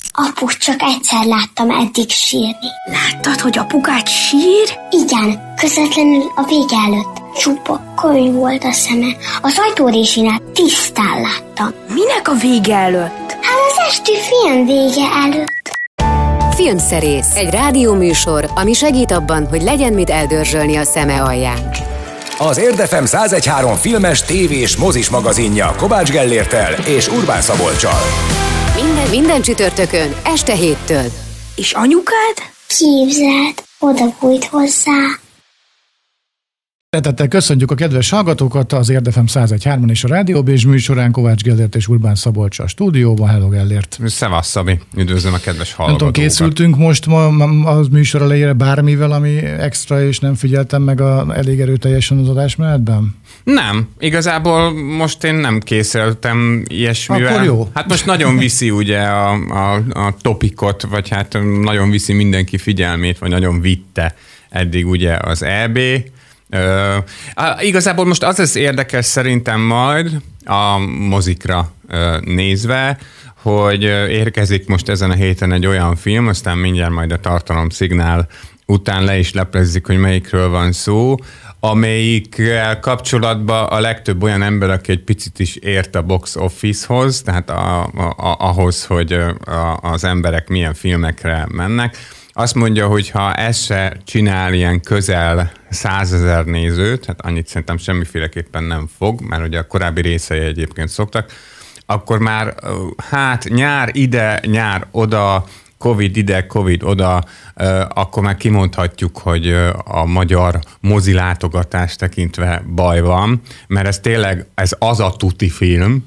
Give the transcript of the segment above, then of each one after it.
Aput csak egyszer láttam eddig sírni. Láttad, hogy apukát sír? Igen, közvetlenül a vége előtt. Csupa könyv volt a szeme. Az ajtórésinál tisztán láttam. Minek a vége előtt? Hát az esti film vége előtt. Filmszerész, egy rádióműsor, ami segít abban, hogy legyen mit eldörzsölni a szeme alján. Az Érdefem 101.3 filmes, tévés, mozis magazinja Kovács Gellérttel és Urbán Szabolccsal. Minden csütörtökön, este 7-től. És anyukád? Képzeld, oda bújt hozzá. Szeretettel köszöntjük a kedves hallgatókat az Érdefem 101.3 és a Rádió Bézs műsorán. Kovács Gellért és Urbán Szabolcs a stúdióban. Hello, Gellért! Szevasz, Szabi! Üdvözlöm a kedves hallgatókat! Nem tudom, készültünk most a műsor elejére bármivel, ami extra, és nem figyeltem meg elég erőteljesen az adásmenetben? Nem, igazából most én nem készültem ilyesmivel. Akkor jó. Hát most nagyon viszi ugye a topikot, vagy hát nagyon viszi mindenki figyelmét, vagy nagyon vitte eddig ugye az EB. Igazából most az érdekes szerintem majd a mozikra nézve, hogy érkezik most ezen a héten egy olyan film, aztán mindjárt majd a tartalomszignál után le is leplezzük, hogy melyikről van szó, amelyikkel kapcsolatban a legtöbb olyan ember, aki egy picit is ért a box office-hoz, tehát ahhoz, hogy az emberek milyen filmekre mennek, azt mondja, hogy ha ez se csinál ilyen közel 100 000 nézőt, hát annyit szerintem semmiféleképpen nem fog, mert ugye a korábbi részei egyébként szoktak, akkor már hát nyár ide, nyár oda, Covid ide, Covid oda, akkor már kimondhatjuk, hogy a magyar mozilátogatást tekintve baj van, mert ez tényleg az a tuti film,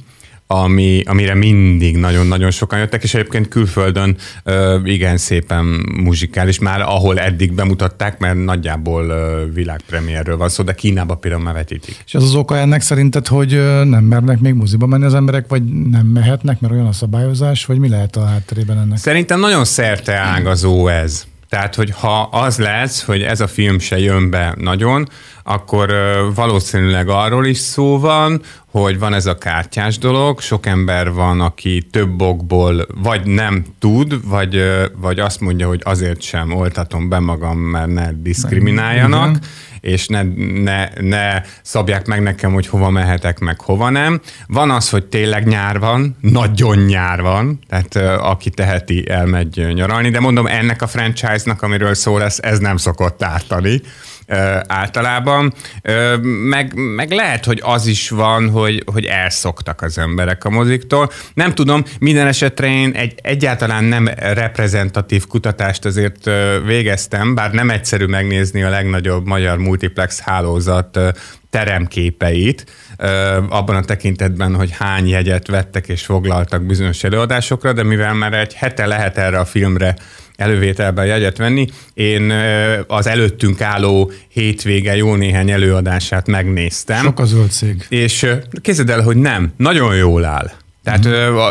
amire mindig nagyon-nagyon sokan jöttek, és egyébként külföldön igen szépen muzsikális, már ahol eddig bemutatták, mert nagyjából világpremierről van szó, de Kínában például már vetítik. És az oka ennek szerinted, hogy nem mernek még moziba menni az emberek, vagy nem mehetnek, mert olyan a szabályozás, vagy mi lehet a hátterében ennek? Szerintem nagyon szerteágazó ez. Tehát, hogy ha az lesz, hogy ez a film se jön be nagyon, akkor valószínűleg arról is szó van, hogy van ez a kártyás dolog, sok ember van, aki több okból vagy nem tud, vagy azt mondja, hogy azért sem oltatom be magam, mert ne diszkrimináljanak, és ne szabják meg nekem, hogy hova mehetek, meg hova nem. Van az, hogy tényleg nyár van, nagyon nyár van, tehát aki teheti, elmegy nyaralni, de mondom, ennek a franchise-nak, amiről szó lesz, ez nem szokott ártani általában. Meg lehet, hogy az is van, hogy elszoktak az emberek a moziktól. Nem tudom, minden esetre én egyáltalán nem reprezentatív kutatást azért végeztem, bár nem egyszerű megnézni a legnagyobb magyar multiplex hálózat teremképeit, abban a tekintetben, hogy hány jegyet vettek és foglaltak bizonyos előadásokra, de mivel már egy hete lehet erre a filmre elővételben jegyet venni, én az előttünk álló hétvége jó néhány előadását megnéztem. Sok a zöld cég. És képzeld el, hogy nem, nagyon jól áll. Tehát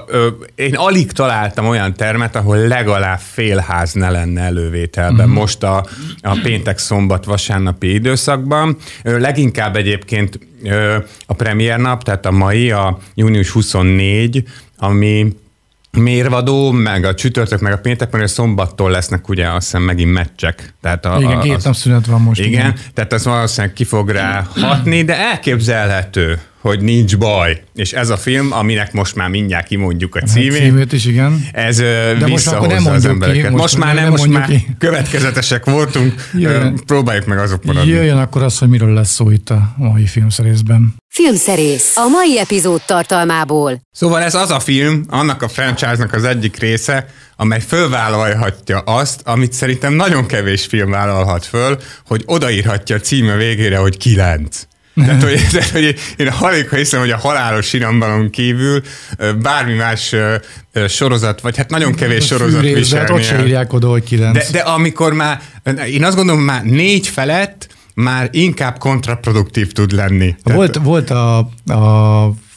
én alig találtam olyan termet, ahol legalább félház ne lenne elővételben most a péntek, szombat, vasárnapi időszakban. Leginkább egyébként a premier nap, tehát a mai, a június 24, ami mérvadó, meg a csütörtök, meg a péntek, mert a szombattól lesznek ugye azt hiszem megint meccsek. Tehát igen, 2 napszünet van most. Igen, tehát az valószínűleg ki fog rá hatni, de elképzelhető, hogy nincs baj. És ez a film, aminek most már mindjárt kimondjuk a címét. Címét is, igen. Ez visszahozza az embereket. Most már következetesek voltunk. Próbáljuk meg azok maradni. Jöjjön akkor az, hogy miről lesz szó itt a mai filmszerészben. Filmszerész, a mai epizód tartalmából. Szóval ez az a film, annak a franchise-nak az egyik része, amely fölvállalhatja azt, amit szerintem nagyon kevés film vállalhat föl, hogy odaírhatja a címe végére, hogy 9. Tehát, hogy én alig hiszem, hogy a Halálos Irambalon kívül bármi más sorozat, vagy hát nagyon kevés sorozat viselni. Ott se írják oda, hogy 9. De amikor már, én azt gondolom, már 4 felett már inkább kontraproduktív tud lenni. Volt a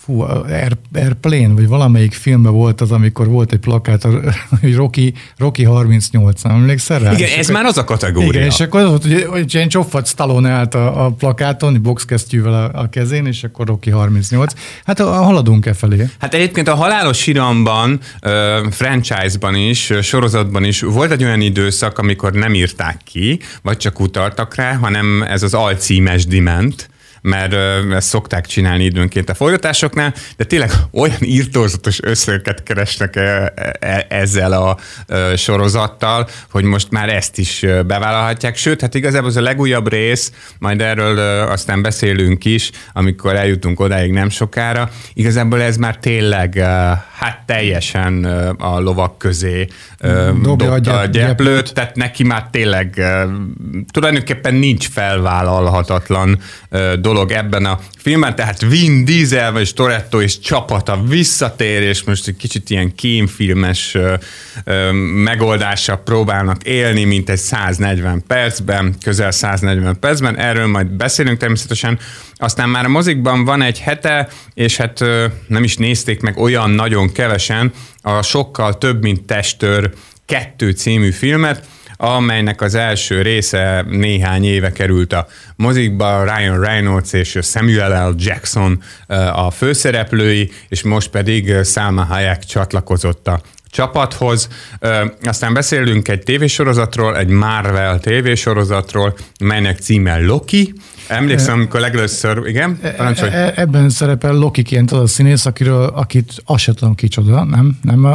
Airplane, vagy valamelyik filmben volt az, amikor volt egy plakát, hogy Rocky 38, nem emlékszel rá? Igen, ez már az a kategória. Igen, és akkor az volt, hogy ilyen csofat Stallone állt a plakáton, boxkesztyűvel a kezén, és akkor Rocky 38. Hát haladunk felé. Hát egyébként a Halálos Iramban, franchise-ban is, sorozatban is volt egy olyan időszak, amikor nem írták ki, vagy csak utaltak rá, hanem ez az alcímes diment, mert ezt szokták csinálni időnként a forgatásoknál, de tényleg olyan írtózatos összegeket keresnek ezzel a sorozattal, hogy most már ezt is bevállalhatják. Sőt, hát igazából az a legújabb rész, majd erről aztán beszélünk is, amikor eljutunk odáig nem sokára. Igazából ez már tényleg hát teljesen a lovak közé dobta a gyeplőt, tehát neki már tényleg tulajdonképpen nincs felvállalhatatlan dolog ebben a filmben, tehát Vin Diesel vagy Toretto és csapata visszatér, és most egy kicsit ilyen kémfilmes megoldással próbálnak élni, mint egy 140 percben, közel 140 percben, erről majd beszélünk természetesen. Aztán már a mozikban van egy hete, és hát nem is nézték meg olyan nagyon kevesen a sokkal több, mint Testőr 2 című filmet, amelynek az első része néhány éve került a mozikba, Ryan Reynolds és Samuel L. Jackson a főszereplői, és most pedig Salma Hayek csatlakozott a csapathoz. Aztán beszélünk egy tévésorozatról, egy Marvel tévésorozatról, melynek címe Loki. Emlékszem, amikor legelőször, igen? Parancsolj. Ebben szerepel Lokiként az a színész, akit azt sem tudom kicsoda, nem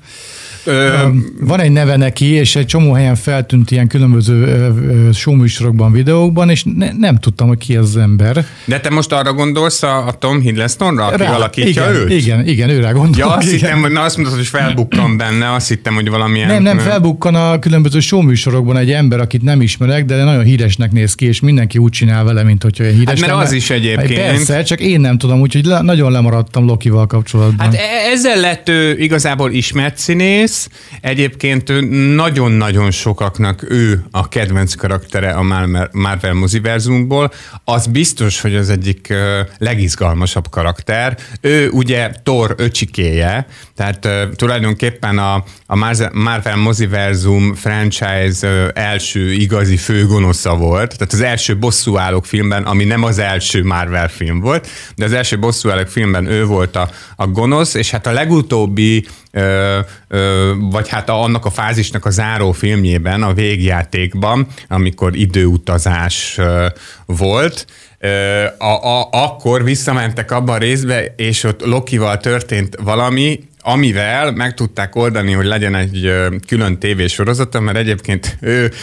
van egy neve neki, és egy csomó helyen feltűnt ilyen különböző showműsorokban, videókban, és nem tudtam, hogy ki az ember. De te most arra gondolsz a Tom Hiddlestonra, aki alakítja őt? Igen, őre gondolok. Ja, azt hittem, hogy azt mondtad, hogy felbukkan benne, azt hittem, hogy valamilyen... Nem, felbukkan a különböző showműsorokban egy ember, akit nem ismerek, de nagyon híresnek néz ki, és mindenki úgy csinál vele, mint hogyha olyan híres. Hát mert az is egyébként. Persze, csak én nem tudom, úgyhogy nagyon lemaradtam Lokival kapcsolatban. Hát ezzel lett ő igazából ismert színész. Egyébként nagyon-nagyon sokaknak ő a kedvenc karaktere a Marvel moziverzumból. Az biztos, hogy az egyik legizgalmasabb karakter. Ő ugye Thor öcsikéje, tehát tulajdonképpen a Marvel moziverzum franchise első igazi főgonosza volt. Tehát az első bosszúállók filmben, ami nem az első Marvel film volt, de az első bosszúállók filmben ő volt a gonosz, és hát a legutóbbi vagy hát annak a fázisnak a záró filmjében, a végjátékban, amikor időutazás volt, akkor visszamentek abba a részbe, és ott Lokival történt valami, amivel meg tudták oldani, hogy legyen egy külön tévésorozata, mert egyébként ő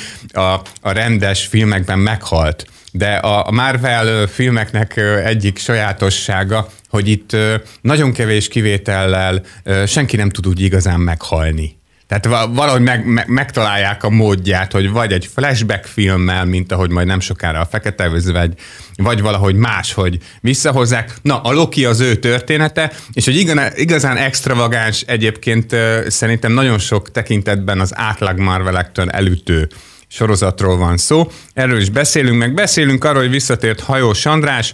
a rendes filmekben meghalt. De a Marvel filmeknek egyik sajátossága, hogy itt nagyon kevés kivétellel senki nem tud úgy igazán meghalni. Tehát valahogy megtalálják a módját, hogy vagy egy flashback filmmel, mint ahogy majd nem sokára a Fekete Özvegy, vagy valahogy máshogy visszahozzák. Na, a Loki az ő története, és hogy igazán extravagáns egyébként szerintem nagyon sok tekintetben az átlag Marvelektől elütő sorozatról van szó. Erről is beszélünk arról, hogy visszatért Hajós András,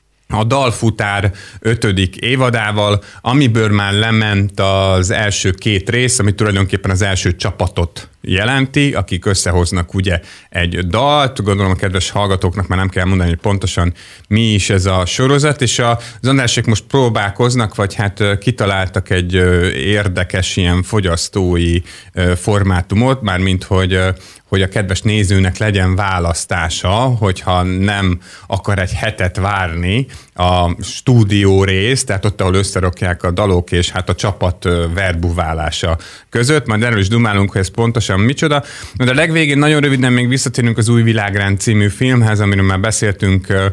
a Dalfutár 5. évadával, amiből már lement az első 2 rész, ami tulajdonképpen az első csapatot jelenti, akik összehoznak ugye egy dalt. Gondolom a kedves hallgatóknak már nem kell mondani, hogy pontosan mi is ez a sorozat, és az Andrásék most próbálkoznak, vagy hát kitaláltak egy érdekes ilyen fogyasztói formátumot, mármint hogy a kedves nézőnek legyen választása, hogyha nem akar egy hetet várni a stúdió rész, tehát ott, ahol összerakják a dalok és hát a csapat verbuválása között. Majd erről is dumálunk, hogy ez pontosan micsoda. De a legvégén nagyon röviden még visszatérünk az Új Világrend című filmhez, amiről már beszéltünk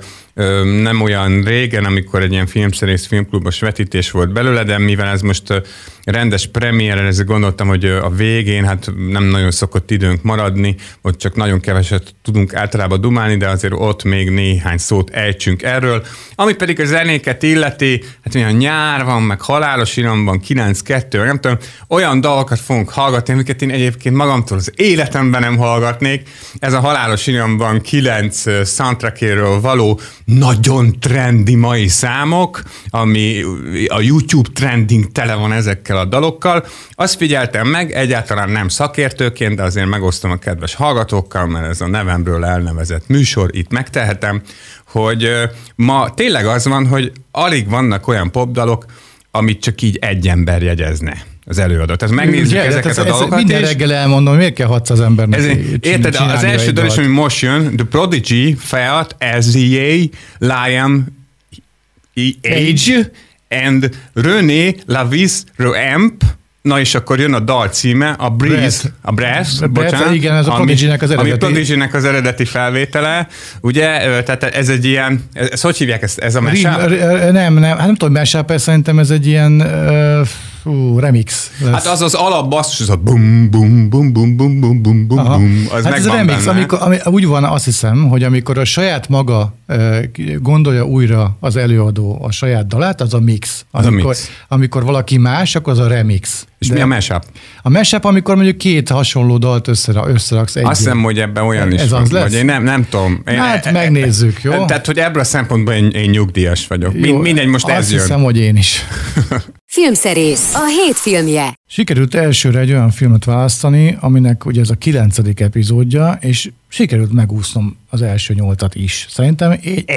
nem olyan régen, amikor egy ilyen filmszerész filmklubos vetítés volt belőle, de mivel ez most rendes premiér, ezért gondoltam, hogy a végén hát nem nagyon szokott időnk maradni, hogy csak nagyon keveset tudunk általában dumálni, de azért ott még néhány szót ejtsünk erről. Ami pedig a zenéket illeti, hát olyan nyár van, meg Halálos Iramban 9-2, nem tudom, olyan dalokat fogunk hallgatni, amiket én egyébként magamtól az életemben nem hallgatnék. Ez a Halálos Iramban 9 soundtrackéről való nagyon trendi mai számok, ami a YouTube trending tele van ezekkel a dalokkal. Azt figyeltem meg, egyáltalán nem szakértőként, de azért megosztom a kedves hallgatókkal, mert ez a nevemről elnevezett műsor, itt megtehetem, hogy ma tényleg az van, hogy alig vannak olyan popdalok, amit csak így egy ember jegyezne az előadó. Tehát megnézzük ezeket a dalokat. Minden reggel elmondom, miért kell 600 embernek érted, az első dal is, ami most jön, The Prodigy, Feat, SZA, Liam, Age, and René Lavis Ramp. Na és akkor jön a dal címe, a Breeze, a Brass, bocsánat. Igen, ez a Prodigy-nek az eredeti. Ami Prodigy-nek az eredeti felvétele, ugye, tehát ez egy ilyen, ezt hogy hívják ezt, ez a mashup? Nem tudom, mashup, szerintem ez egy ilyen remix lesz. Hát az alapbasszus, az a bum bum bum bum bum bum bum bum bum, az hát ez a remix, úgy van, azt hiszem, hogy amikor a saját maga gondolja újra az előadó a saját dalát, az a mix. Amikor valaki más, akkor az a remix. És mi a mashup? A mashup, amikor mondjuk két hasonló dalt összeraksz együtt. Azt hiszem, hogy ebben olyan is van. Vagy én nem tudom. Hát megnézzük, jó? Tehát, hogy ebből a szempontból én nyugdíjas vagyok. Mindegy, most ez jön. Azt hiszem, hogy én is. Filmszerész, a hét filmje. Sikerült elsőre egy olyan filmet választani, aminek ugye ez a 9. epizódja, és sikerült megúsznom az első 8-at is. Szerintem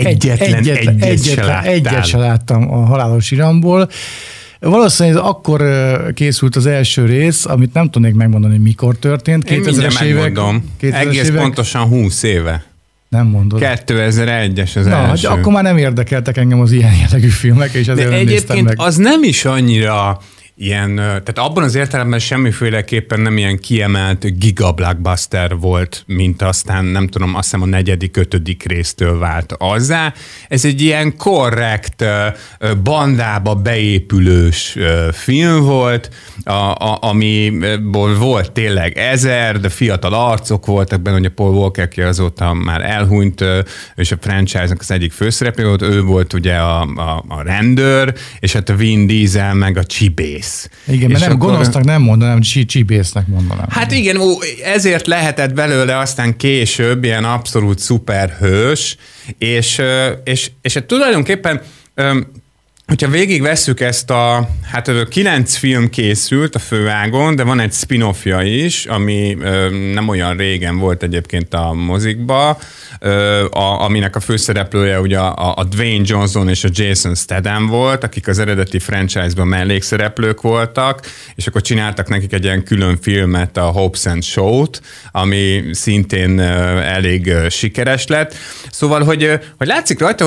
egyet se láttam a Halálos iramból. Valószínűleg akkor készült az első rész, amit nem tudnék megmondani, mikor történt. 2000-es évek. Egész pontosan 20 éve. Nem mondod. 2001-es az első. Akkor már nem érdekeltek engem az ilyen jellegű filmek, és ezért nem néztem meg. Az nem is annyira ilyen, tehát abban az értelemben semmiféleképpen nem ilyen kiemelt gigablockbuster volt, mint aztán nem tudom, azt hiszem a 4., 5. résztől vált azzá. Ez egy ilyen korrekt, bandába beépülős film volt, amiből volt tényleg 1000, de fiatal arcok voltak benne, hogy a Paul Walker, aki azóta már elhunyt, és a franchise-nak az egyik főszereplő volt, ő volt ugye a rendőr, és hát a Vin Diesel meg a csibész. Igen, mert nem gonosznak nem mondanám, csibésznek mondanám. Hát igen, ezért lehetett belőle aztán később ilyen abszolút szuperhős, és hát tulajdonképpen hogyha végigvesszük ezt hát 9 film készült a főágon, de van egy spin-offja is, ami nem olyan régen volt egyébként a mozikba, aminek a főszereplője ugye a Dwayne Johnson és a Jason Statham volt, akik az eredeti franchise-ban mellékszereplők voltak, és akkor csináltak nekik egy ilyen külön filmet, a Hobbs and Shaw-t, ami szintén elég sikeres lett. Szóval, hogy látszik rajta,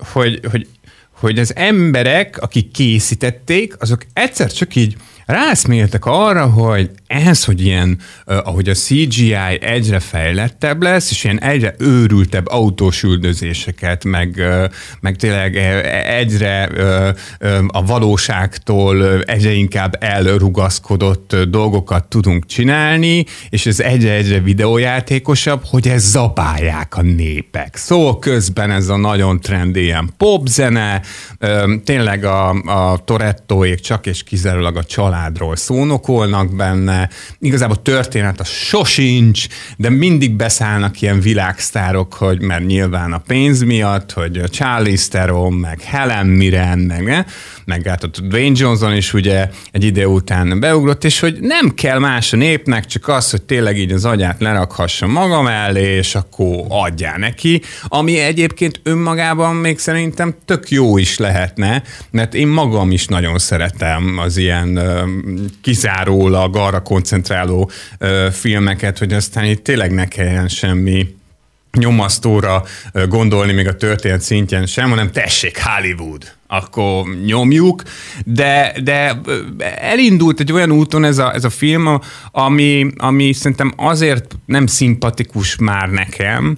hogy az emberek, akik készítették, azok egyszer csak így rászméltek arra, hogy ez, hogy ilyen, ahogy a CGI egyre fejlettebb lesz, és ilyen egyre őrültebb autós üldözéseket, meg tényleg egyre a valóságtól egyre inkább elrugaszkodott dolgokat tudunk csinálni, és ez egyre videójátékosabb, hogy ez zabálják a népek. Szóval közben ez a nagyon trendi ilyen popzene, tényleg a Torettóék csak és kizárólag a családról szónokolnak benne, igazából történet az sosincs, de mindig beszállnak ilyen világsztárok, hogy mert nyilván a pénz miatt, hogy Charlize Theron, meg Helen Mirren, meg hát a Dwayne Johnson is ugye egy idő után beugrott, és hogy nem kell más a népnek, csak az, hogy tényleg így az agyát lerakhassa maga mellé, és akkor adjál neki, ami egyébként önmagában még szerintem tök jó is lehetne, mert én magam is nagyon szeretem az ilyen kizárólag arra koncentráló filmeket, hogy aztán itt tényleg ne kelljen semmi nyomasztóra gondolni még a történet szintjén sem, hanem tessék Hollywood, akkor nyomjuk, de elindult egy olyan úton ez a film, ami szerintem azért nem szimpatikus már nekem,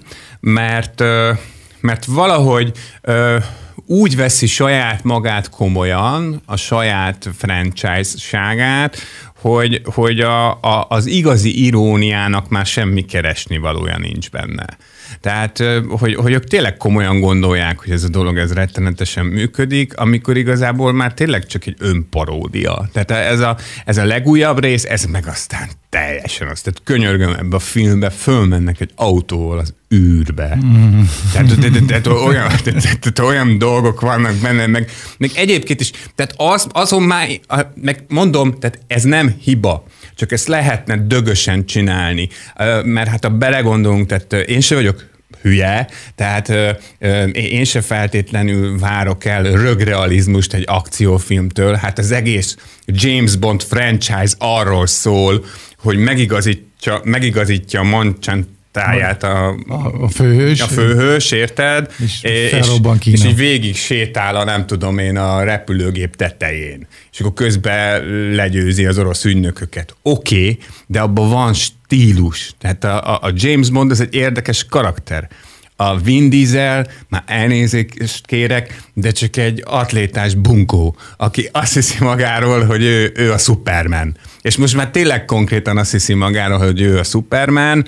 mert valahogy úgy veszi saját magát komolyan, a saját franchise-ságát, hogy az igazi iróniának már semmi keresni valója nincs benne. Tehát, hogy ők tényleg komolyan gondolják, hogy ez a dolog ez rettenetesen működik, amikor igazából már tényleg csak egy önparódia. Tehát ez a legújabb rész, ez meg aztán teljesen azt. Tehát könyörgöm, ebbe a filmbe fölmennek egy autóval az űrbe. Tehát olyan dolgok vannak benne, meg egyébként is, tehát azon már, meg mondom, tehát ez nem hiba, csak ezt lehetne dögösen csinálni, mert hát ha belegondolunk, tehát én se vagyok hülye, tehát én se feltétlenül várok el rögrealizmust egy akciófilmtől, hát az egész James Bond franchise arról szól, hogy megigazítja a Moncsántáját a főhős, érted? És így végig sétál nem tudom én a repülőgép tetején. És akkor közben legyőzi az orosz ügynököket. Oké, de abban van stílus. Tehát a James Bond az egy érdekes karakter. A Vin Diesel, már elnézést kérek, de csak egy atlétás bunkó, aki azt hiszi magáról, hogy ő a Superman. És most már tényleg konkrétan azt hiszi magáról, hogy ő a Superman,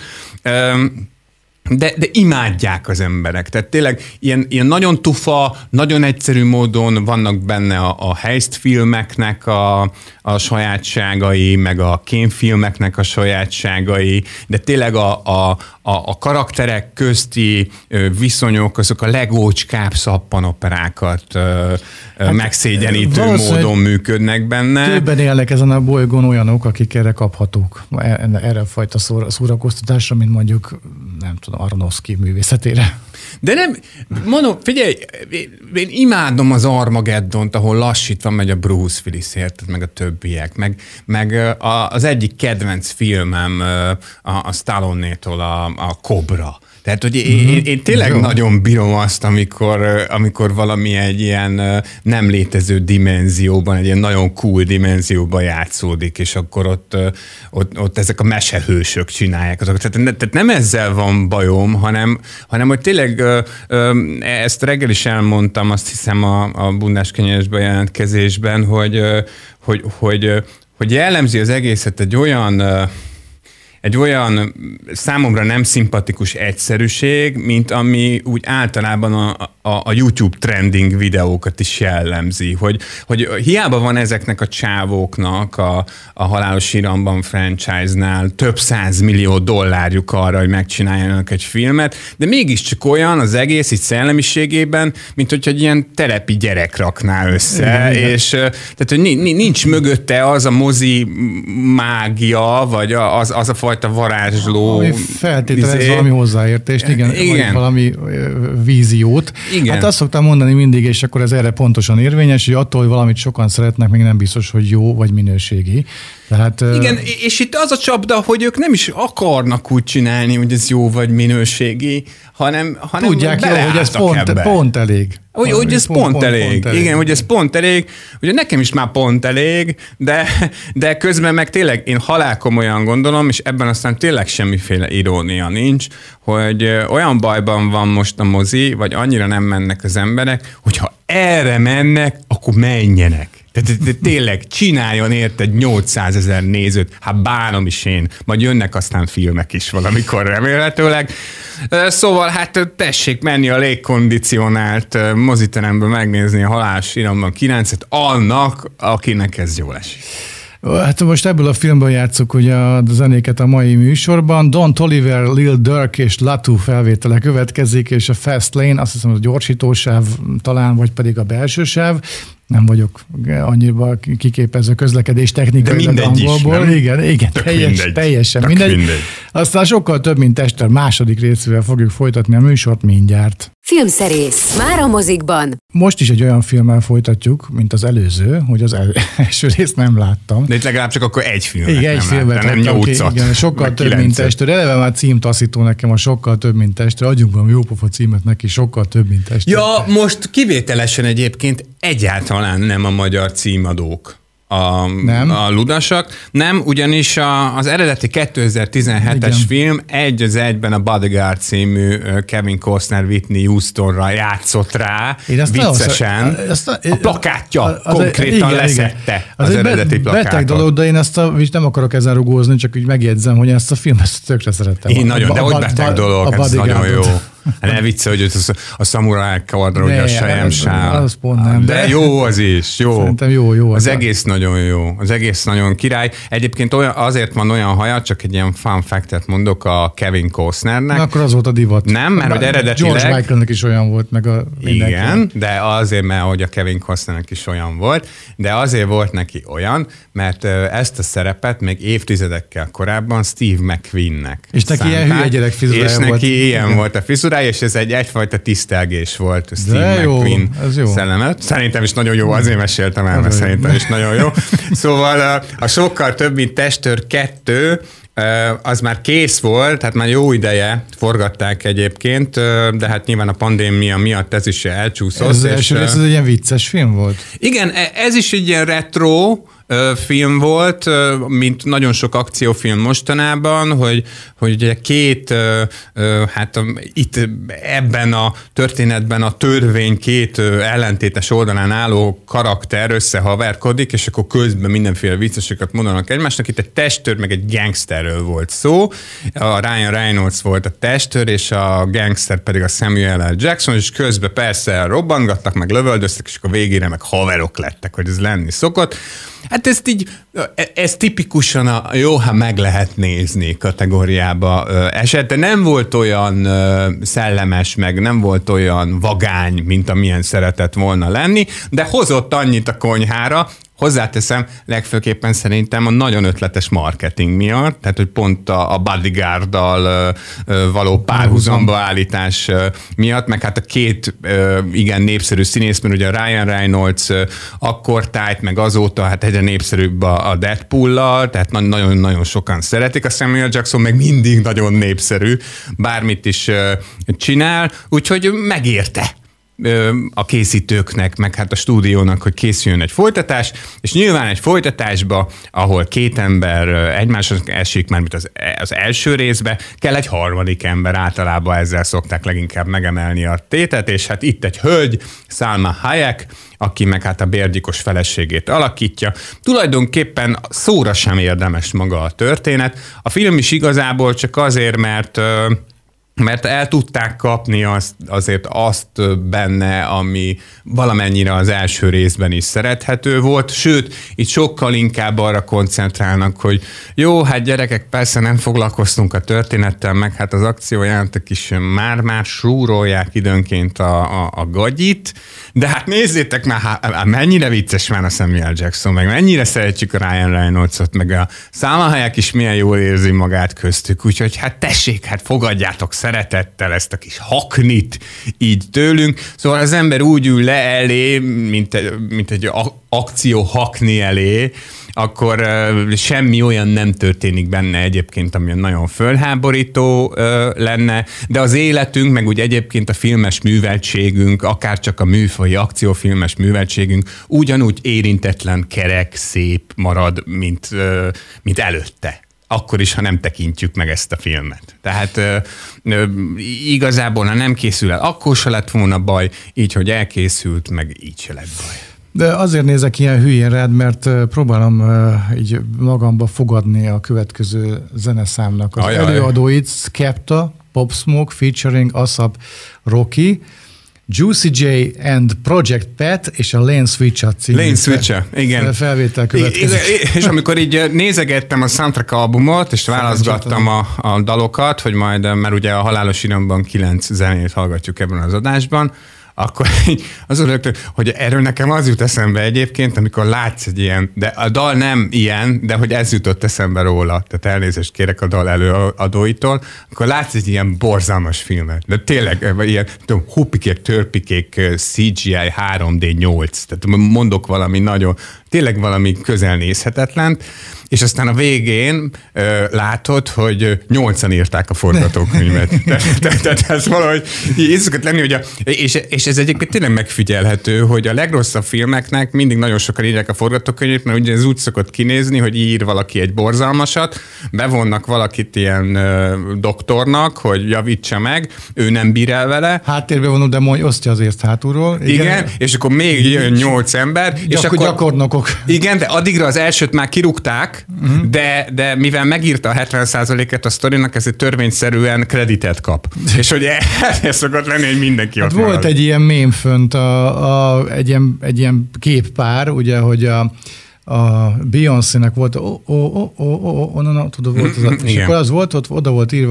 de imádják az emberek. Tehát tényleg ilyen nagyon tufa, nagyon egyszerű módon vannak benne a heistfilmeknek a sajátságai, meg a kémfilmeknek a sajátságai, de tényleg a karakterek közti viszonyok, azok a legócskább szappanoperákat megszégyenítő módon működnek benne. Többen élnek ezen a bolygón olyanok, akik erre kaphatók, erre a fajta szórakoztatásra, mint mondjuk, nem tudom, Aronofsky művészetére. De nem, mondom, figyelj, én imádom az Armageddont, ahol lassítva megy a Bruce Willis, érted, meg a többiek, meg az egyik kedvenc filmem a Stallone-tól a Cobra. Tehát, hogy én tényleg nagyon bírom azt, amikor valami egy ilyen nem létező dimenzióban, egy ilyen nagyon cool dimenzióban játszódik, és akkor ott ezek a mesehősök csinálják. Tehát nem ezzel van bajom, hanem hogy tényleg ezt reggel is elmondtam, azt hiszem a Bundás Kenyeres bejelentkezésben, hogy jellemzi az egészet egy olyan számomra nem szimpatikus egyszerűség, mint ami úgy általában a YouTube trending videókat is jellemzi, hogy hiába van ezeknek a csávóknak a Halálos Iramban franchise-nál több $100 millió arra, hogy megcsináljanak egy filmet, de mégiscsak olyan az egész így szellemiségében, mint hogyha egy ilyen telepi gyerek rakná össze, és tehát, hogy nincs mögötte az a mozi mágia, vagy az a fajta varázsló. Ami feltételez valami hozzáértést, igen. Vagy valami víziót. Igen. Hát azt szoktam mondani mindig, és akkor ez erre pontosan érvényes, hogy attól, hogy valamit sokan szeretnek, még nem biztos, hogy jó vagy minőségi. Tehát, igen, és itt az a csapda, hogy ők nem is akarnak úgy csinálni, hogy ez jó vagy minőségi, hanem tudják jó, hogy ez pont elég. Hogy ez pont elég. Igen, hogy ez pont elég. Ugye nekem is már pont elég, de közben meg tényleg én halálkomolyan gondolom, és ebben aztán tényleg semmiféle irónia nincs, hogy olyan bajban van most a mozi, vagy annyira nem mennek az emberek, hogyha erre mennek, akkor menjenek. Tehát tényleg csináljon érte 800 000 nézőt, hát bánom is én, majd jönnek aztán filmek is valamikor remélhetőleg. Szóval hát tessék menni a légkondicionált moziteremben megnézni a Halálos Iramban 9-et annak, akinek ez jól esik. Hát most ebből a filmből játsszuk ugye a zenéket a mai műsorban. Don Toliver, Lil Durk és Latu felvétele következik, és a Fast Lane, azt hiszem, a gyorsítósáv talán, vagy pedig a belső sáv. Nem vagyok annyira kiképező közlekedés technikai angolból. Igen, teljesen mindegy. Aztán sokkal több, mint este második részével fogjuk folytatni a műsort mindjárt. Filmszerész. Már a mozikban. Most is egy olyan filmmel folytatjuk, mint az előző, hogy az első részt nem láttam. De itt legalább csak akkor egy filmet. Igen, egy filmet nem 8-at. Igen, sokkal több, mint testőr. Eleve már címtaszító nekem a sokkal több, mint testőr. Adjunk valami jópofa címet neki, sokkal több, mint testőr. Ja, most kivételesen egyébként egyáltalán nem a magyar címadók. a ludasak. Nem, ugyanis az eredeti 2017-es film egy az egyben a Bodyguard című Kevin Costner Whitney Houstonra játszott rá, viccesen. A plakátja konkrétan leszette az eredeti plakátot. Beteg dolog, de én ezt nem akarok ezen rugózni, csak úgy megjegyzem, hogy ezt a filmet tökre szerettem. Én nagyon, de hogy beteg dolog, ez nagyon jó. Ne vicce, hogy a szamuráj kardra, ugye a selyemsál. Az pont nem. De jó az is, jó. Szerintem jó. Az egész nagyon jó. Az egész nagyon király. Egyébként azért van olyan haja, csak egy ilyen fun fact-et mondok a Kevin Costnernek. Na, akkor az volt a divat. Nem, mert hogy eredetileg... George Michaelnek is olyan volt, meg a mindenki. Igen, de azért, mert hogy a Kevin Costnernek is olyan volt, de azért volt neki olyan, mert ezt a szerepet még évtizedekkel korábban Steve McQueen-nek és neki ilyen hülye gyerek frizurája volt. És neki ilyen volt a frizurája, és ez egyfajta tisztelgés volt Steve McQueen szellemet. Szerintem is nagyon jó, azért meséltem el, mert szerintem is nagyon jó. Szóval a Sokkal több, mint Testőr 2, az már kész volt, tehát már jó ideje forgatták egyébként, de hát nyilván a pandémia miatt ez is elcsúszott. Ez első rész egy ilyen vicces film volt? Igen, ez is egy ilyen retro film volt, mint nagyon sok akciófilm mostanában, hogy ugye itt ebben a történetben a törvény két ellentétes oldalán álló karakter összehaverkodik, és akkor közben mindenféle vicceseket mondanak egymásnak. Itt egy testőr, meg egy gangsterről volt szó. A Ryan Reynolds volt a testőr, és a gangster pedig a Samuel L. Jackson, és közben persze robbantgattak, meg lövöldöztek, és akkor végére meg haverok lettek, hogy ez lenni szokott. Hát ez tipikusan a jó, ha meg lehet nézni kategóriába esett, de nem volt olyan szellemes, meg nem volt olyan vagány, mint amilyen szeretett volna lenni, de hozott annyit a konyhára, hozzáteszem, legfőképpen szerintem a nagyon ötletes marketing miatt, tehát hogy pont a Bodyguarddal való párhuzamba állítás miatt, meg hát a két igen népszerű színész, mert ugye a Ryan Reynolds akkortájt, meg azóta hát egyre népszerűbb a Deadpool-lal, tehát nagyon-nagyon sokan szeretik, a Samuel Jackson meg mindig nagyon népszerű, bármit is csinál, úgyhogy megérte a készítőknek, meg hát a stúdiónak, hogy készüljön egy folytatás, és nyilván egy folytatásba, ahol két ember egymásnak esik, már mint az első részbe, kell egy harmadik ember, általában ezzel szokták leginkább megemelni a tétet, és hát itt egy hölgy, Salma Hayek, aki meg hát a bérgyilkos feleségét alakítja. Tulajdonképpen szóra sem érdemes maga a történet. A film is igazából csak azért, mert el tudták kapni azért azt benne, ami valamennyire az első részben is szerethető volt, sőt, itt sokkal inkább arra koncentrálnak, hogy jó, hát gyerekek, persze nem foglalkoztunk a történettel, meg hát az akciójelentek is már súrolják időnként a gagyit, de hát nézzétek már, mennyire vicces már a Samuel Jackson, meg mennyire szeretjük a Ryan Reynoldsot, meg a Salma Hayek is milyen jól érzi magát köztük, úgyhogy hát tessék, hát fogadjátok szeretettel ezt a kis haknit így tőlünk. Szóval az ember úgy ül le elé, mint egy akció hakni elé, akkor semmi olyan nem történik benne egyébként, ami nagyon fölháborító lenne, de az életünk, meg úgy egyébként a filmes műveltségünk, akár csak a műfaji akciófilmes műveltségünk ugyanúgy érintetlen, kerek, szép marad, mint előtte. Akkor is, ha nem tekintjük meg ezt a filmet. Tehát igazából, ha nem készül el, akkor se lett volna baj, így, hogy elkészült, meg így se lett baj. De azért nézek ilyen hülyén rád, mert próbálom így magamba fogadni a következő zeneszámnak az előadóit, Skepta, Pop Smoke featuring ASAP Rocky, Juicy J and Project Pat és a Lane Switcher című. Lane Switcher, igen. Felvétel következik. És amikor így nézegettem a soundtrack albumot, és válaszgattam a dalokat, hogy majd, mert ugye a Halálos Iramban 9 zenét hallgatjuk ebben az adásban, akkor az rögtön, hogy erről nekem az jut eszembe egyébként, amikor látsz egy ilyen, de a dal nem ilyen, de hogy ez jutott eszembe róla, tehát elnézést kérek a dal előadóitól, akkor látsz egy ilyen borzalmas filmet, de tényleg ilyen huppikék, törpikék, CGI 3D 8, tehát mondok valami nagyon, tényleg valami közelnézhetetlen, és aztán a végén látod, hogy 8-an írták a forgatókönyvet. Tehát ez valahogy így szokott lenni, hogy és ez egyébként tényleg megfigyelhető, hogy a legrosszabb filmeknek mindig nagyon sokan írják a forgatókönyvet, mert ugye ez úgy szokott kinézni, hogy ír valaki egy borzalmasat, bevonnak valakit ilyen doktornak, hogy javítsa meg, ő nem bír el vele. Háttérbe vonul, de mondj, osztja az észt hátulról. Igen, és akkor még jön 8 ember. És akkor gyakornokok. Igen, de addigra az elsőt már kirúgták, de mivel megírta a 70%-et a sztorinak, ezért törvényszerűen kreditet kap. És hogy ez szokott lenni, hogy mindenki ott volt egy ilyen mém fönt, egy ilyen képpár, ugye, hogy a Beyoncé-nek volt, tudod, volt az, és akkor az volt, oda volt írva,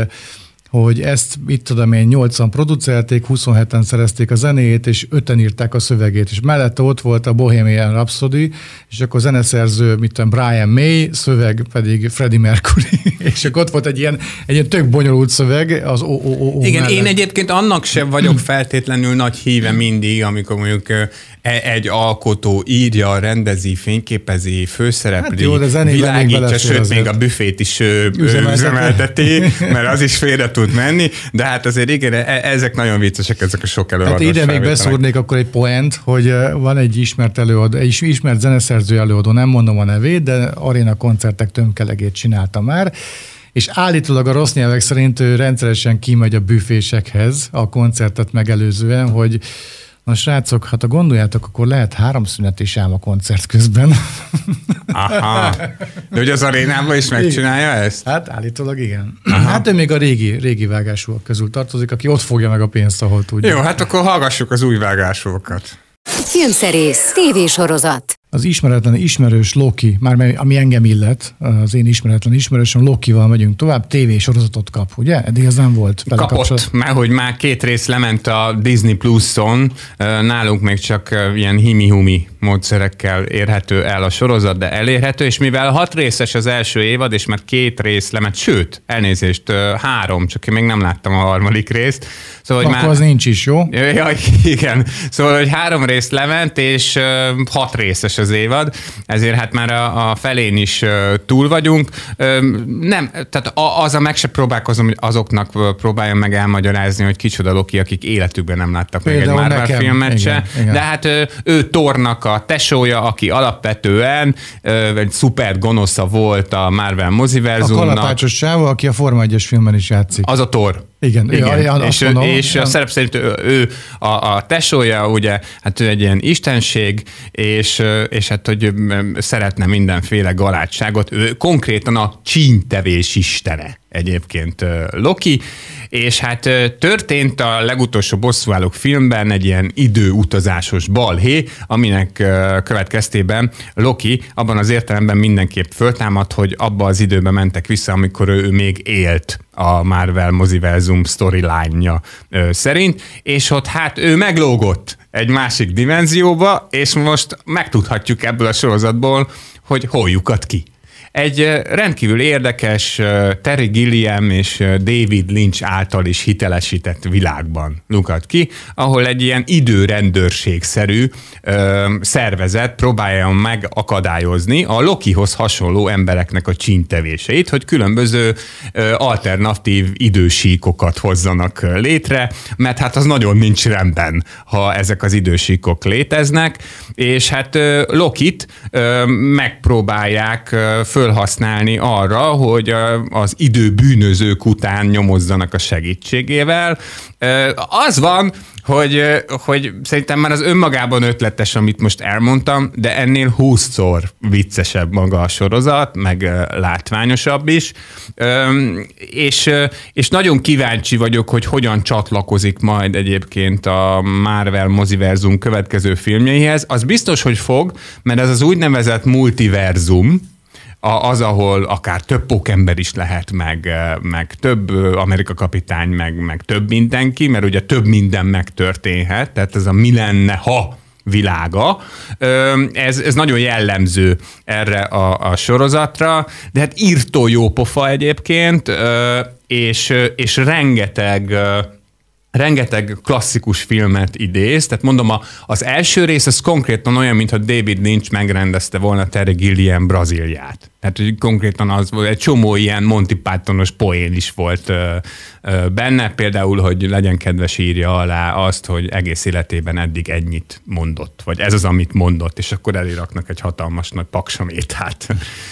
hogy ezt, mit tudom én, 8-an producerték, 27-en szerezték a zenét, és 5-en írták a szövegét, és mellette ott volt a Bohemian Rhapsody, és akkor zeneszerző, mit tudom, Brian May, szöveg pedig Freddie Mercury, és akkor ott volt egy ilyen tök bonyolult szöveg, az Igen, mellett. Én egyébként annak sem vagyok feltétlenül nagy híve mindig, amikor mondjuk egy alkotó írja, rendezi, fényképezi, főszerepli, világítja, sőt, még a büfét is üzemelteti, mert az is félre tud menni, de hát azért igen, ezek nagyon viccesek, ezek a sok előadás. Hát ide még beszúrnék akkor egy poént, hogy van egy ismert előadó, egy ismert zeneszerző előadó, nem mondom a nevét, de aréna koncertek tömkelegét csinálta már, és állítólag a rossz nyelvek szerint ő rendszeresen kimegy a büfésekhez a koncertet megelőzően, hogy na srácok, hát ha gondoljátok, akkor lehet 3 szünet is ám a koncert közben. Aha. De hogy az arénában is megcsinálja ezt? Hát állítólag igen. Aha. Hát ő még a régi vágásúak közül tartozik, aki ott fogja meg a pénzt, ahol tudja. Jó, hát akkor hallgassuk az új vágásúakat. Filmszerész, tévésorozat. Az ismeretlen ismerős Loki, már ami engem illet, az én ismeretlen ismerősöm, Lokival megyünk tovább, tévésorozatot kap, ugye? Eddig ez nem volt. Kapott, mert hogy már 2 rész lement a Disney Plus-on, nálunk még csak ilyen himi-humi módszerekkel érhető el a sorozat, de elérhető, és mivel 6 részes az első évad, és már 2 rész lement, sőt, elnézést, 3, csak én még nem láttam a 3. részt. Szóval, akkor az nincs is, jó? Ja, igen. Szóval, hogy 3 rész lement, és 6 részes az évad, ezért hát már a felén is túl vagyunk. Nem, tehát azzal meg se próbálkozom, hogy azoknak próbáljam meg elmagyarázni, hogy kicsoda Loki, akik életükben nem láttak még egy Marvel filmet se. De hát ő Thornak a tesója, aki alapvetően egy szuper gonosza volt a Marvel moziverzumnak. A kalapácsos csáva, aki a Forma 1-es filmben is játszik. Az a Thor. Igen. És a szerep szerint ő a tesója, ugye, hát ő egy ilyen istenség, és hát, hogy szeretne mindenféle galátságot. Ő konkrétan a csíntevés istene egyébként Loki, és hát történt a legutolsó bosszúállók filmben egy ilyen időutazásos balhé, aminek következtében Loki abban az értelemben mindenképp föltámad, hogy abba az időben mentek vissza, amikor ő még élt a Marvel moziverzum storyline-ja szerint, és ott hát ő meglógott egy másik dimenzióba, és most megtudhatjuk ebből a sorozatból, hogy hol lyukadt ki. Egy rendkívül érdekes Terry Gilliam és David Lynch által is hitelesített világban lukadt ki, ahol egy ilyen időrendőrségszerű szervezet próbálja megakadályozni a Lokihoz hasonló embereknek a csíntevéseit, hogy különböző alternatív idősíkokat hozzanak létre, mert hát az nagyon nincs rendben, ha ezek az idősíkok léteznek, és hát Lokit megpróbálják fölhasználni arra, hogy az időbűnözők után nyomozzanak a segítségével. Az van, hogy szerintem már az önmagában ötletes, amit most elmondtam, de ennél 20-szor viccesebb maga a sorozat, meg látványosabb is, és nagyon kíváncsi vagyok, hogy hogyan csatlakozik majd egyébként a Marvel moziverzum következő filmjeihez. Az biztos, hogy fog, mert ez az úgynevezett multiverzum, az, ahol akár több pókember is lehet, meg több Amerika kapitány, meg több mindenki, mert ugye több minden megtörténhet, tehát ez a mi lenne, ha világa. Ez nagyon jellemző erre a sorozatra, de hát írtó jó pofa egyébként, és rengeteg rengeteg klasszikus filmet idéz, tehát mondom, az első rész az konkrétan olyan, mintha David Lynch megrendezte volna Terry Gilliam Brazíliát. Tehát, hogy konkrétan az egy csomó ilyen Monty Pythonos poén is volt benne, például, hogy legyen kedves írja alá azt, hogy egész életében eddig ennyit mondott, vagy ez az, amit mondott, és akkor eliraknak egy hatalmas nagy paksamétát.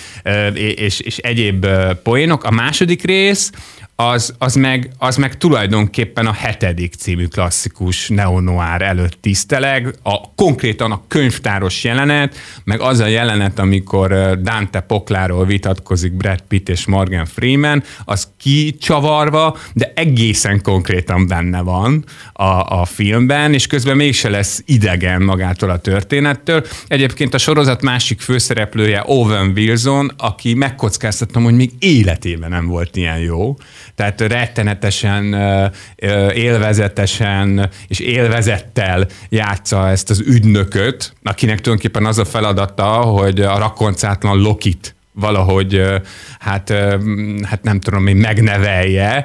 És egyéb poénok. A második rész, az meg tulajdonképpen a 7. című klasszikus neo-noir előtt tiszteleg, konkrétan a könyvtáros jelenet, meg az a jelenet, amikor Dante pokláról vitatkozik Brad Pitt és Morgan Freeman, az kicsavarva, de egészen konkrétan benne van a filmben, és közben mégse lesz idegen magától a történettől. Egyébként a sorozat másik főszereplője Owen Wilson, aki megkockáztatom, hogy még életében nem volt ilyen jó. Tehát rettenetesen, élvezetesen és élvezettel játsza ezt az ügynököt, akinek tulajdonképpen az a feladata, hogy a rakoncátlan Lokit valahogy, hát nem tudom, hogy megnevelje,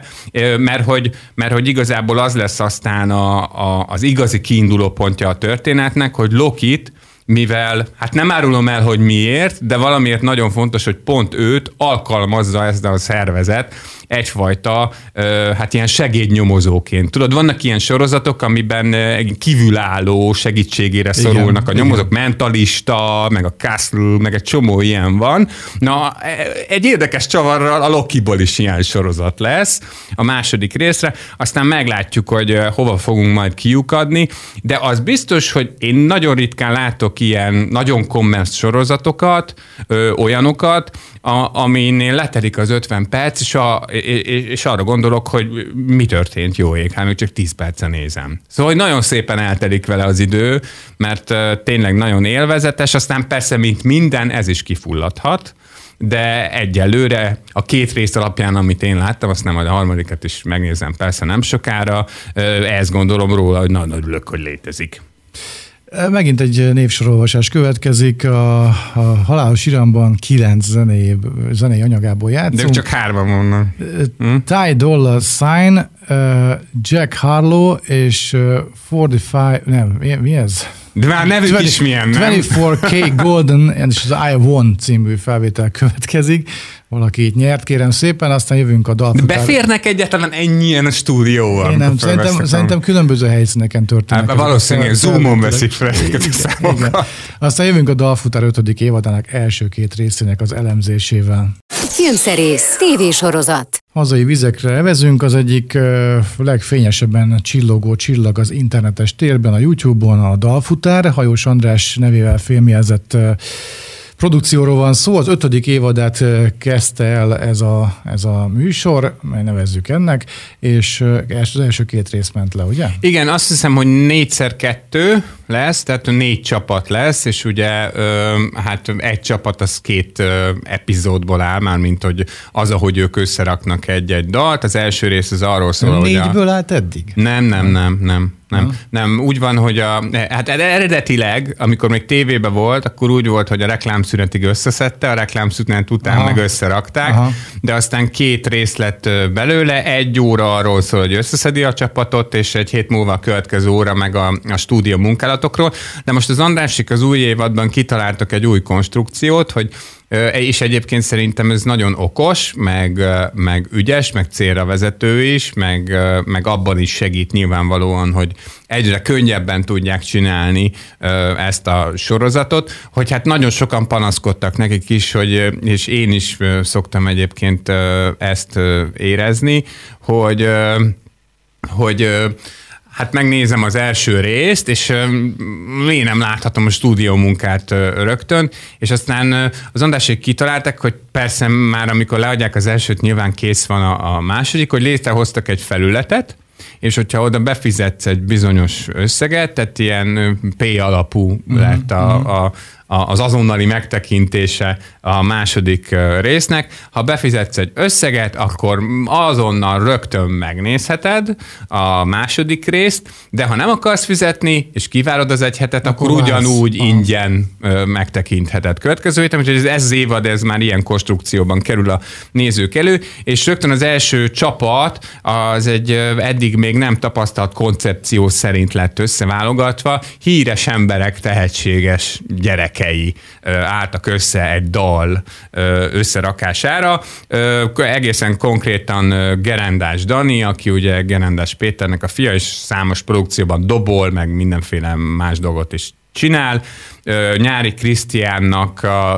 mert hogy igazából az lesz aztán az igazi kiinduló pontja a történetnek, hogy Lokit, mivel, hát nem árulom el, hogy miért, de valamiért nagyon fontos, hogy pont őt alkalmazza ez a szervezet egyfajta, hát ilyen segédnyomozóként. Tudod, vannak ilyen sorozatok, amiben kívülálló segítségére szorulnak a nyomozók, Mentalista, meg a Castle, meg egy csomó ilyen van. Na, egy érdekes csavarral a Lokiból is ilyen sorozat lesz a második részre, aztán meglátjuk, hogy hova fogunk majd kiukadni, de az biztos, hogy én nagyon ritkán látok ilyen nagyon kommersz sorozatokat, olyanokat, aminél letelik az 50 perc, és arra gondolok, hogy mi történt, jó ég, hát még csak 10 percen nézem. Szóval, hogy nagyon szépen eltelik vele az idő, mert tényleg nagyon élvezetes, aztán persze, mint minden, ez is kifulladhat, de egyelőre a 2 rész alapján, amit én láttam, azt nem, majd a harmadikat is megnézem persze nem sokára, ezt gondolom róla, hogy nagyon örülök, hogy létezik. Megint egy névsorolvasás következik. A Halálos Iramban 9 zenei anyagából játszunk. De csak 3 mondom. Ty Dolla $ign, Jack Harlow és 45, nem, mi ez? De már nevük is milyen, nem? 24K Golden, és az I Won című felvétel következik. Valaki itt nyert, kérem szépen, aztán jövünk a dalfutár. De beférnek egyáltalán ennyien a stúdióban? Én nem, szerintem különböző helyszíneken történnek. Hát, valószínűleg Zoomon veszik fel ezeket a számokat. Aztán jövünk a Dalfutár 5. évadának első 2 részének az elemzésével. Filmszerész, tévésorozat. Hazai vizekre evezünk, az egyik legfényesebben csillogó csillag az internetes térben, a YouTube-on a Dalfutár. Hajós András nevével filmjelzett produkcióról van szó, az 5. évadát kezdte el ez a műsor, mely nevezzük ennek, és az első 2 rész ment le, ugye? Igen, azt hiszem, hogy 4x2 lesz, tehát 4 csapat lesz, és ugye hát egy csapat az 2 epizódból áll, már mint hogy az, ahogy ők összeraknak egy-egy dalt. Az első rész az arról szól, hogy 4-ből állt eddig? Nem, úgy van, hogy hát eredetileg, amikor még tévében volt, akkor úgy volt, hogy a reklámszünetig összeszedte, a reklámszünet után meg összerakták, de aztán 2 rész lett belőle, 1 óra arról szól, hogy összeszedi a csapatot, és egy hét múlva a következő óra meg a stúdió munkálatokról. De most az Andrásik az új évadban kitaláltak egy új konstrukciót, hogy és egyébként szerintem ez nagyon okos, meg ügyes, meg célra vezető is, meg abban is segít nyilvánvalóan, hogy egyre könnyebben tudják csinálni ezt a sorozatot, hogy hát nagyon sokan panaszkodtak nekik is, és én is szoktam egyébként ezt érezni, hogy hát megnézem az első részt, és én nem láthatom a stúdió munkát rögtön, és aztán az Andrásék kitaláltak, hogy persze már amikor leadják az elsőt, nyilván kész van a második, hogy létrehoztak egy felületet, és hogyha oda befizetsz egy bizonyos összeget, tehát ilyen P alapú lett az azonnali megtekintése a második résznek. Ha befizetsz egy összeget, akkor azonnal rögtön megnézheted a második részt, de ha nem akarsz fizetni, és kivárod az egy hetet, akkor ugyanúgy ingyen megtekintheted következő héten, úgyhogy ez évad, ez már ilyen konstrukcióban kerül a nézők elő, és rögtön az első csapat az egy eddig még nem tapasztalt koncepció szerint lett összeválogatva, híres emberek, tehetséges gyerekei álltak össze egy dal összerakására. Egészen konkrétan Gerendás Dani, aki ugye Gerendás Péternek a fia, és számos produkcióban dobol, meg mindenféle más dolgot is csinál. Nyári Krisztiánnak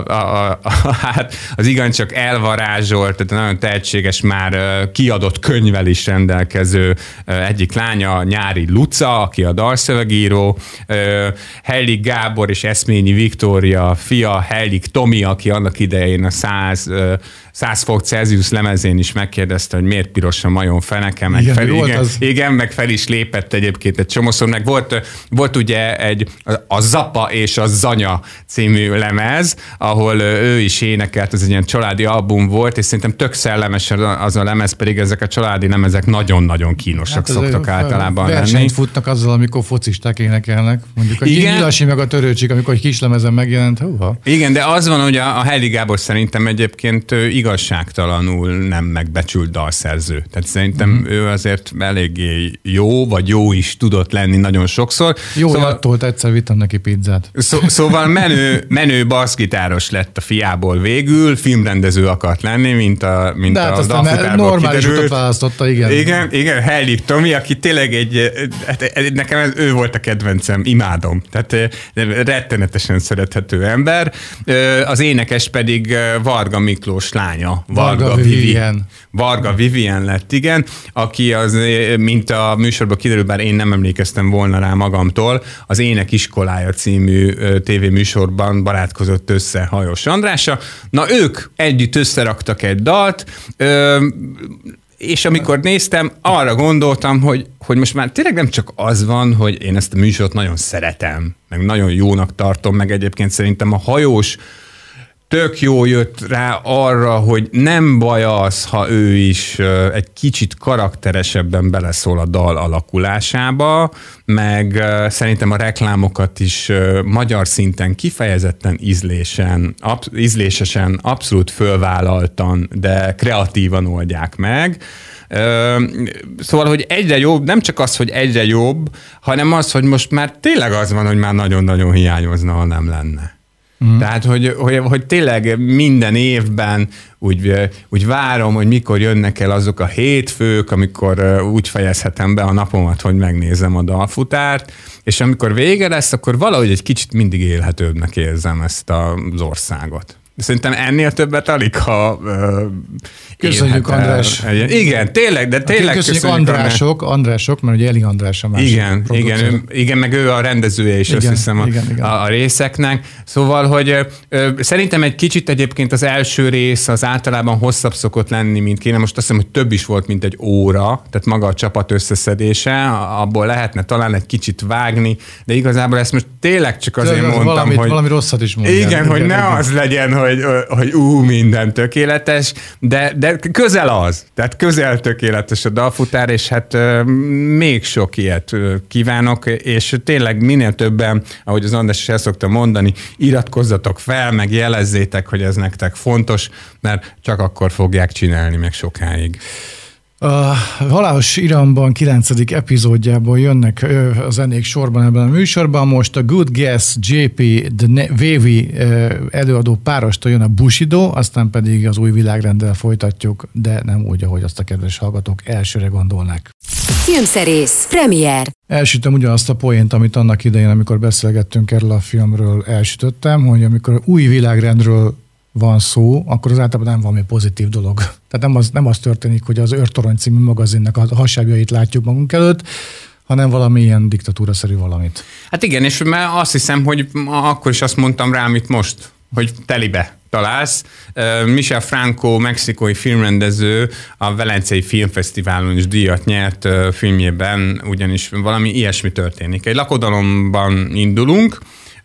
hát az igencsak elvarázsolt, tehát nagyon tehetséges, már kiadott könyvvel is rendelkező egyik lánya, Nyári Luca, aki a dalszövegíró, Hellik Gábor és Eszményi Viktória fia, Hellik Tomi, aki annak idején a 100 fok Celsius lemezén is megkérdezte, hogy miért piros a majom feneke, meg meg fel is lépett egyébként egy csomószor, meg volt ugye a Zapa és a Zanya című lemez, ahol ő is énekelt, ez egy ilyen családi album volt, és szerintem tök szellemes az a lemez, pedig ezek a családi lemezek nagyon-nagyon kínosak szoktak általában lenni. Versenyt futnak azzal, amikor focisták énekelnek. Mondjuk a Nyilasi meg a Törőcsik, amikor egy kis lemezen megjelent. Igen, de az van, hogy a Hellik Gábor szerintem egyébként igazságtalanul nem megbecsült dalszerző. Tehát szerintem ő azért eléggé jó, vagy jó is tudott lenni nagyon sokszor. Jó, attól egyszer vittem neki pizzát. Szóval menő basszgitáros lett a fiából végül, filmrendező akart lenni, mint a dalfutárból normális utat választotta, igen. Igen, Hellik Tomi, aki tényleg nekem ő volt a kedvencem, imádom. Tehát rettenetesen szerethető ember. Az énekes pedig Varga Miklós lánya, Varga Vivien lett, igen, aki az, mint a műsorban kiderül, bár én nem emlékeztem volna rá magamtól, az Ének iskolája című tévéműsorban barátkozott össze Hajós Andrással. Na, ők együtt összeraktak egy dalt, és amikor néztem, arra gondoltam, hogy most már tényleg nem csak az van, hogy én ezt a műsort nagyon szeretem, meg nagyon jónak tartom, meg egyébként szerintem a Hajós tök jó jött rá arra, hogy nem baj az, ha ő is egy kicsit karakteresebben beleszól a dal alakulásába, meg szerintem a reklámokat is magyar szinten kifejezetten ízlésesen, abszolút fölvállaltan, de kreatívan oldják meg. Szóval, hogy egyre jobb, nem csak az, hogy egyre jobb, hanem az, hogy most már tényleg az van, hogy már nagyon-nagyon hiányozna, ha nem lenne. Tehát, hogy tényleg minden évben úgy várom, hogy mikor jönnek el azok a hétfők, amikor úgy fejezhetem be a napomat, hogy megnézem a dalfutárt, és amikor vége lesz, akkor valahogy egy kicsit mindig élhetőbbnek érzem ezt az országot. Szerintem ennél többet alig, ha köszönjük, András. Igen, tényleg, de tényleg köszönjük Andrások, mert ugye Eli András a másik igen, meg ő a rendezője is, azt hiszem a részeknek. Szóval, hogy szerintem egy kicsit egyébként az első rész az általában hosszabb szokott lenni, mint kéne. Most azt hiszem, hogy több is volt, mint egy óra, tehát maga a csapat összeszedése, abból lehetne talán egy kicsit vágni, de igazából ezt most tényleg csak azért mondtam, hogy... Valami rosszat is mondjál. Igen, hogy ne az legyen, hogy minden tökéletes, de közel az. Tehát közel tökéletes a dalfutár, és hát még sok ilyet kívánok, és tényleg minél többen, ahogy az András is el szokta mondani, iratkozzatok fel, meg jelezzétek, hogy ez nektek fontos, mert csak akkor fogják csinálni meg sokáig. A Halálos Iramban 9. epizódjából jönnek a zenék sorban ebben a műsorban. Most a Good Guess JP The Wavy előadó párostól jön a Bushido, aztán pedig az Új világrenddel folytatjuk, de nem úgy, ahogy azt a kedves hallgatók elsőre gondolnák. Filmszerész, premier. Elsütöm ugyanazt a poént, amit annak idején, amikor beszélgettünk erről a filmről, elsütöttem, hogy amikor új világrendről van szó, akkor az általában nem valami pozitív dolog. Tehát nem az történik, hogy az Őrtorony című magazinnak a hasábjait látjuk magunk előtt, hanem valami ilyen diktatúraszerű valamit. Hát igen, és már azt hiszem, hogy akkor is azt mondtam rá, amit most, hogy telibe találsz. Michel Franco, mexikói filmrendező, a Velencei Filmfesztiválon is díjat nyert filmjében, ugyanis valami ilyesmi történik. Egy lakodalomban indulunk,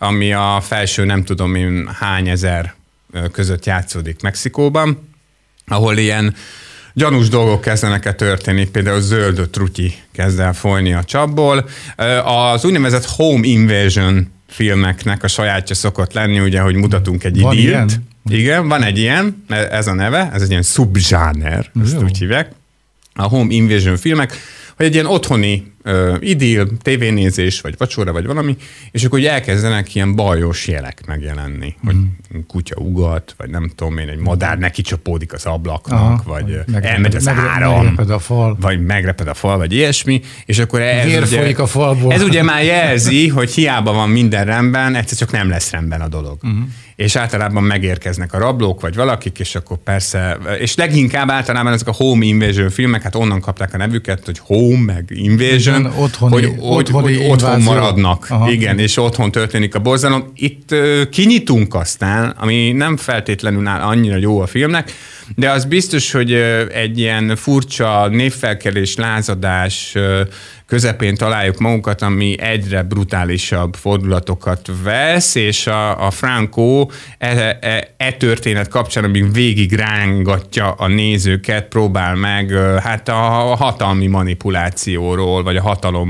ami a felső nem tudom én hány ezer között játszódik Mexikóban, ahol ilyen gyanús dolgok kezdenek el történni, például zöld trutyi kezd el folyni a csapból. Az úgynevezett home invasion filmeknek a sajátja szokott lenni, ugye, hogy mutatunk egy idilt. Igen, van egy ilyen, ez a neve, ez egy ilyen subzsáner, ezt úgy hívják. A home invasion filmek, hogy egy ilyen otthoni idill, tévénézés, vagy vacsora, vagy valami, és akkor elkezdenek ilyen bajos jelek megjelenni, hogy kutya ugat, vagy nem tudom én, egy madár neki csapódik az ablaknak, vagy elmegy az áram, megreped a fal. vagy megreped a fal, vagy ilyesmi, és akkor vér folyik a falból. Ez ugye már jelzi, hogy hiába van minden rendben, egyszer csak nem lesz rendben a dolog. És általában megérkeznek a rablók, vagy valakik, és akkor persze, és leginkább általában ezek a home invasion filmek, hát onnan kapták a nevüket, hogy home, meg invasion, hogy otthon maradnak. Aha. Igen, és otthon történik a borzalom. Itt kinyitunk aztán, ami nem feltétlenül áll annyira jó a filmnek, de az biztos, hogy egy ilyen furcsa névfelkelés, lázadás közepén találjuk magunkat, ami egyre brutálisabb fordulatokat vesz, és a Franco történet kapcsán, amíg végig rángatja a nézőket, próbál meg hát a hatalmi manipulációról, vagy a hatalom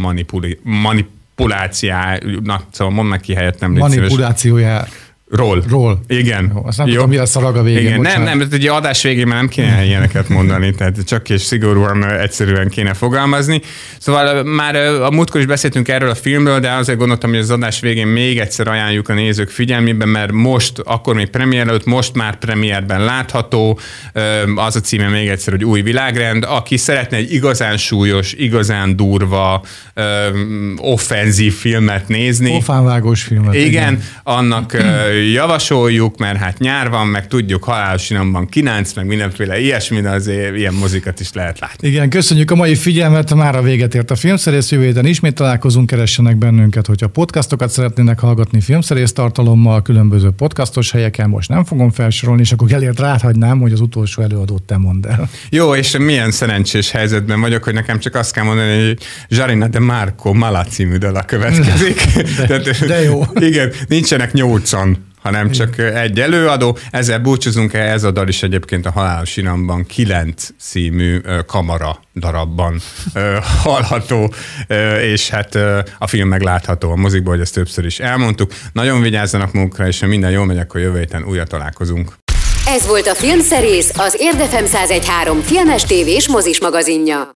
manipulációjának, szóval mondd meg ki helyettem. Manipulációjáról. Ról. Igen. Jó, azt nem tudom, mi lesz a szarag a végén. Igen, nem, ugye adás végén már nem kéne ilyeneket mondani, tehát csak és szigorúan egyszerűen kéne fogalmazni. Szóval már a múltkor is beszéltünk erről a filmről, de azért gondoltam, hogy az adás végén még egyszer ajánljuk a nézők figyelmébe, mert most, akkor még premier előtt, most már premierben látható, az a címe még egyszer, hogy Új világrend. Aki szeretne egy igazán súlyos, igazán durva, offenzív filmet nézni. Pofánvágós filmet. Igen, annak javasoljuk, mert hát nyár van, meg tudjuk, Halálos iramban 9, meg mindenféle ilyesmi, de azért ilyen mozikat is lehet látni. Igen, köszönjük a mai figyelmet, már a véget ért a Filmszerész, jövő héten ismét találkozunk, keressenek bennünket, hogyha podcastokat szeretnének hallgatni filmszerész tartalommal, különböző podcastos helyeken, most nem fogom felsorolni, és akkor Gellért ráthagynám, hogy az utolsó előadót te mondd el. Jó, és milyen szerencsés helyzetben vagyok, hogy nekem csak azt kell mondani, hogy Jarina de Marco Mala című dal a következik. De jó. Igen, nincsenek 8-an, hanem csak egy előadó. Ezzel búcsúzunk el, ez a dal is egyébként a Halálos iramban 9 című kamara darabban hallható, és hát a film meglátható a mozikban, hogy ezt többször is elmondtuk. Nagyon vigyázzanak munkra, és ha minden jól megy, akkor jövő héten újra találkozunk. Ez volt a Filmszerész, az Érdefem 101.3 filmes tévés mozis magazinja.